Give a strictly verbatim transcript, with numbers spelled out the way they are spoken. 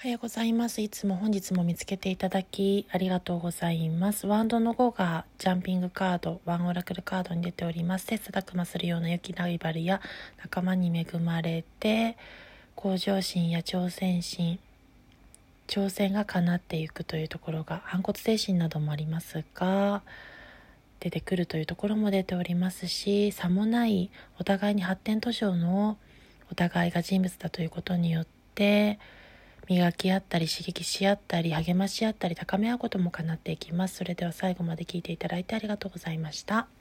おはようございます。いつも本日も見つけていただきありがとうございます。ワンドのごがジャンピングカード、ワンオラクルカードに出ております。切磋琢磨するような良きライバルや仲間に恵まれて、向上心や挑戦心、挑戦が叶っていくというところが、反骨精神などもありますが、出てくるというところも出ておりますし、差もないお互いに発展途上のお互いが人物だということによって、磨き合ったり刺激し合ったり励まし合ったり高め合うことも叶っていきます。それでは最後まで聞いていただいてありがとうございました。